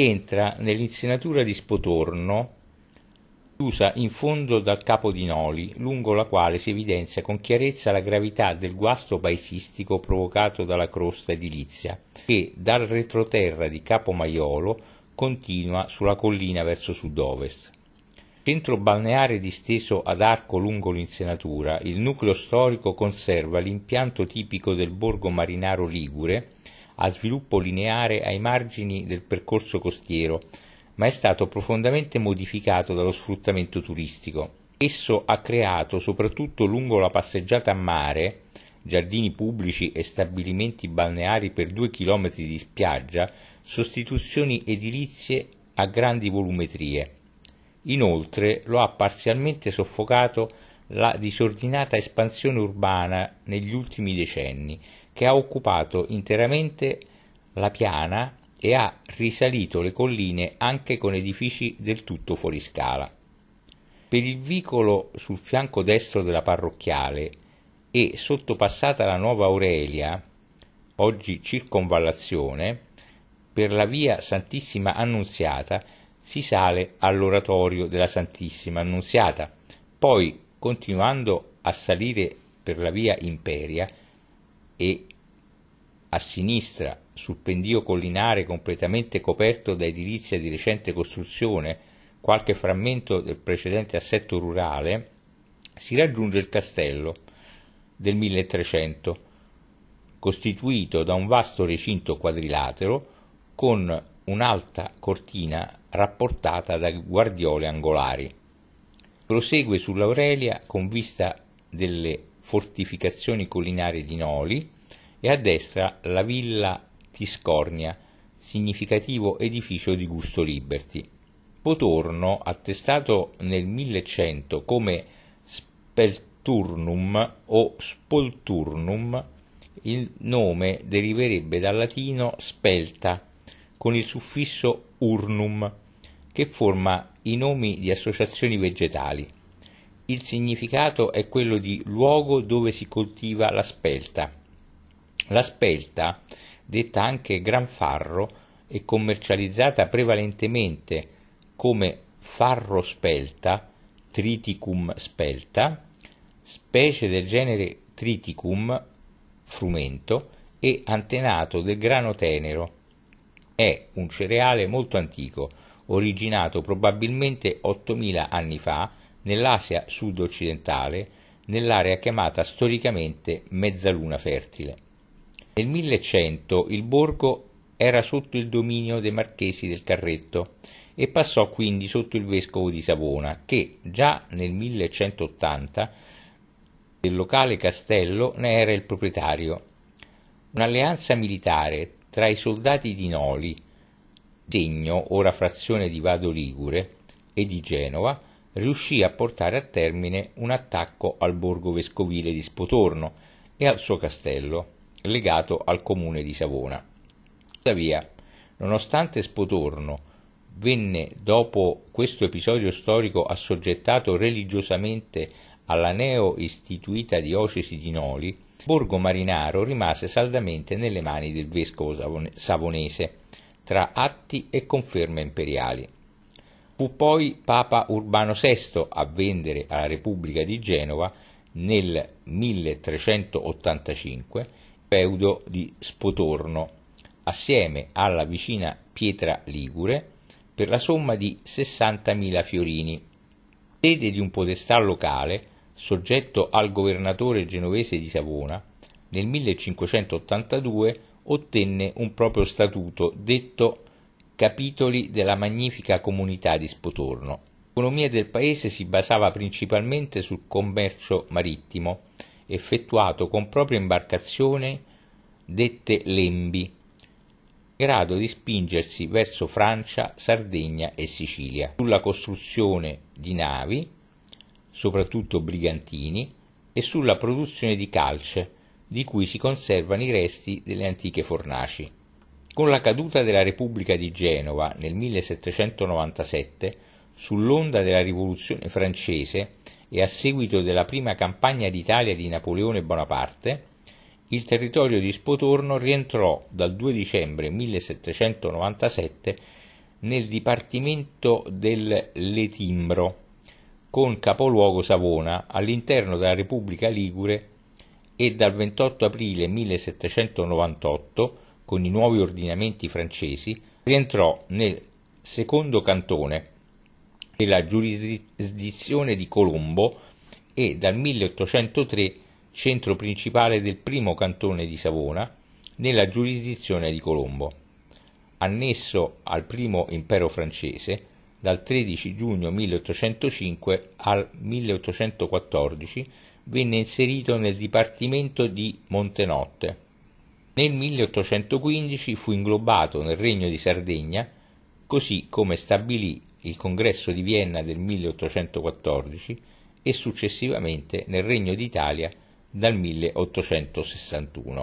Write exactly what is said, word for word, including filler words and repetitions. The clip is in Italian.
Entra nell'insenatura di Spotorno, chiusa in fondo dal Capo di Noli, lungo la quale si evidenzia con chiarezza la gravità del guasto paesistico provocato dalla crosta edilizia, che dal retroterra di Capomaiolo continua sulla collina verso sud-ovest. Centro balneare disteso ad arco lungo l'insenatura, il nucleo storico conserva l'impianto tipico del borgo marinaro ligure, a sviluppo lineare ai margini del percorso costiero, ma è stato profondamente modificato dallo sfruttamento turistico. Esso ha creato, soprattutto lungo la passeggiata a mare, giardini pubblici e stabilimenti balneari per due chilometri di spiaggia, sostituzioni edilizie a grandi volumetrie. Inoltre lo ha parzialmente soffocato la disordinata espansione urbana negli ultimi decenni, che ha occupato interamente la piana e ha risalito le colline anche con edifici del tutto fuori scala. Per il vicolo sul fianco destro della parrocchiale e sottopassata la Nuova Aurelia, oggi circonvallazione, per la via Santissima Annunziata si sale all'oratorio della Santissima Annunziata, poi continuando a salire per la via Imperia e a sinistra sul pendio collinare completamente coperto da edilizia di recente costruzione, qualche frammento del precedente assetto rurale, si raggiunge il castello del milletrecento, costituito da un vasto recinto quadrilatero con un'alta cortina rapportata da guardiole angolari. Prosegue sull'Aurelia con vista delle fortificazioni collinari di Noli e a destra la villa Tiscornia, significativo edificio di gusto Liberty. Spotorno, attestato nel millecento come Spelturnum o Spolturnum, il nome deriverebbe dal latino spelta, con il suffisso urnum, che forma i nomi di associazioni vegetali. Il significato è quello di luogo dove si coltiva la spelta. La spelta, detta anche gran farro e commercializzata prevalentemente come farro spelta, Triticum spelta, specie del genere Triticum, frumento, e antenato del grano tenero. È un cereale molto antico, originato probabilmente ottomila anni fa nell'Asia sud-occidentale, nell'area chiamata storicamente Mezzaluna Fertile. Nel millecento il borgo era sotto il dominio dei marchesi del Carretto e passò quindi sotto il vescovo di Savona, che già nel millecentottanta del locale castello ne era il proprietario. Un'alleanza militare tra i soldati di Noli, Segno, ora frazione di Vado Ligure, e di Genova, riuscì a portare a termine un attacco al borgo vescovile di Spotorno e al suo castello, legato al comune di Savona. Tuttavia, nonostante Spotorno venne dopo questo episodio storico assoggettato religiosamente alla neo-istituita diocesi di Noli, il borgo marinaro rimase saldamente nelle mani del vescovo savonese, tra atti e conferme imperiali. Fu poi Papa Urbano sesto a vendere alla Repubblica di Genova nel milletrecentottantacinque il feudo di Spotorno, assieme alla vicina Pietra Ligure, per la somma di sessantamila fiorini. Sede di un podestà locale, soggetto al governatore genovese di Savona, nel millecinquecentottantadue ottenne un proprio statuto detto Capitoli della magnifica comunità di Spotorno. L'economia del paese si basava principalmente sul commercio marittimo, effettuato con proprie imbarcazioni dette lembi, in grado di spingersi verso Francia, Sardegna e Sicilia, sulla costruzione di navi, soprattutto brigantini, e sulla produzione di calce, di cui si conservano i resti delle antiche fornaci. Con la caduta della Repubblica di Genova nel millesettecentonovantasette, sull'onda della Rivoluzione francese e a seguito della prima campagna d'Italia di Napoleone Bonaparte, il territorio di Spotorno rientrò dal due dicembre millesettecentonovantasette nel dipartimento del Letimbro, con capoluogo Savona, all'interno della Repubblica Ligure, e dal ventotto aprile millesettecentonovantotto, con i nuovi ordinamenti francesi, rientrò nel secondo cantone della giurisdizione di Colombo e dal milleottocentotre centro principale del primo cantone di Savona, nella giurisdizione di Colombo. Annesso al primo impero francese, dal tredici giugno milleottocentocinque al milleottocentoquattordici venne inserito nel dipartimento di Montenotte. Nel milleottocentoquindici fu inglobato nel Regno di Sardegna, così come stabilì il Congresso di Vienna del milleottocentoquattordici, e successivamente nel Regno d'Italia dal milleottocentosessantuno.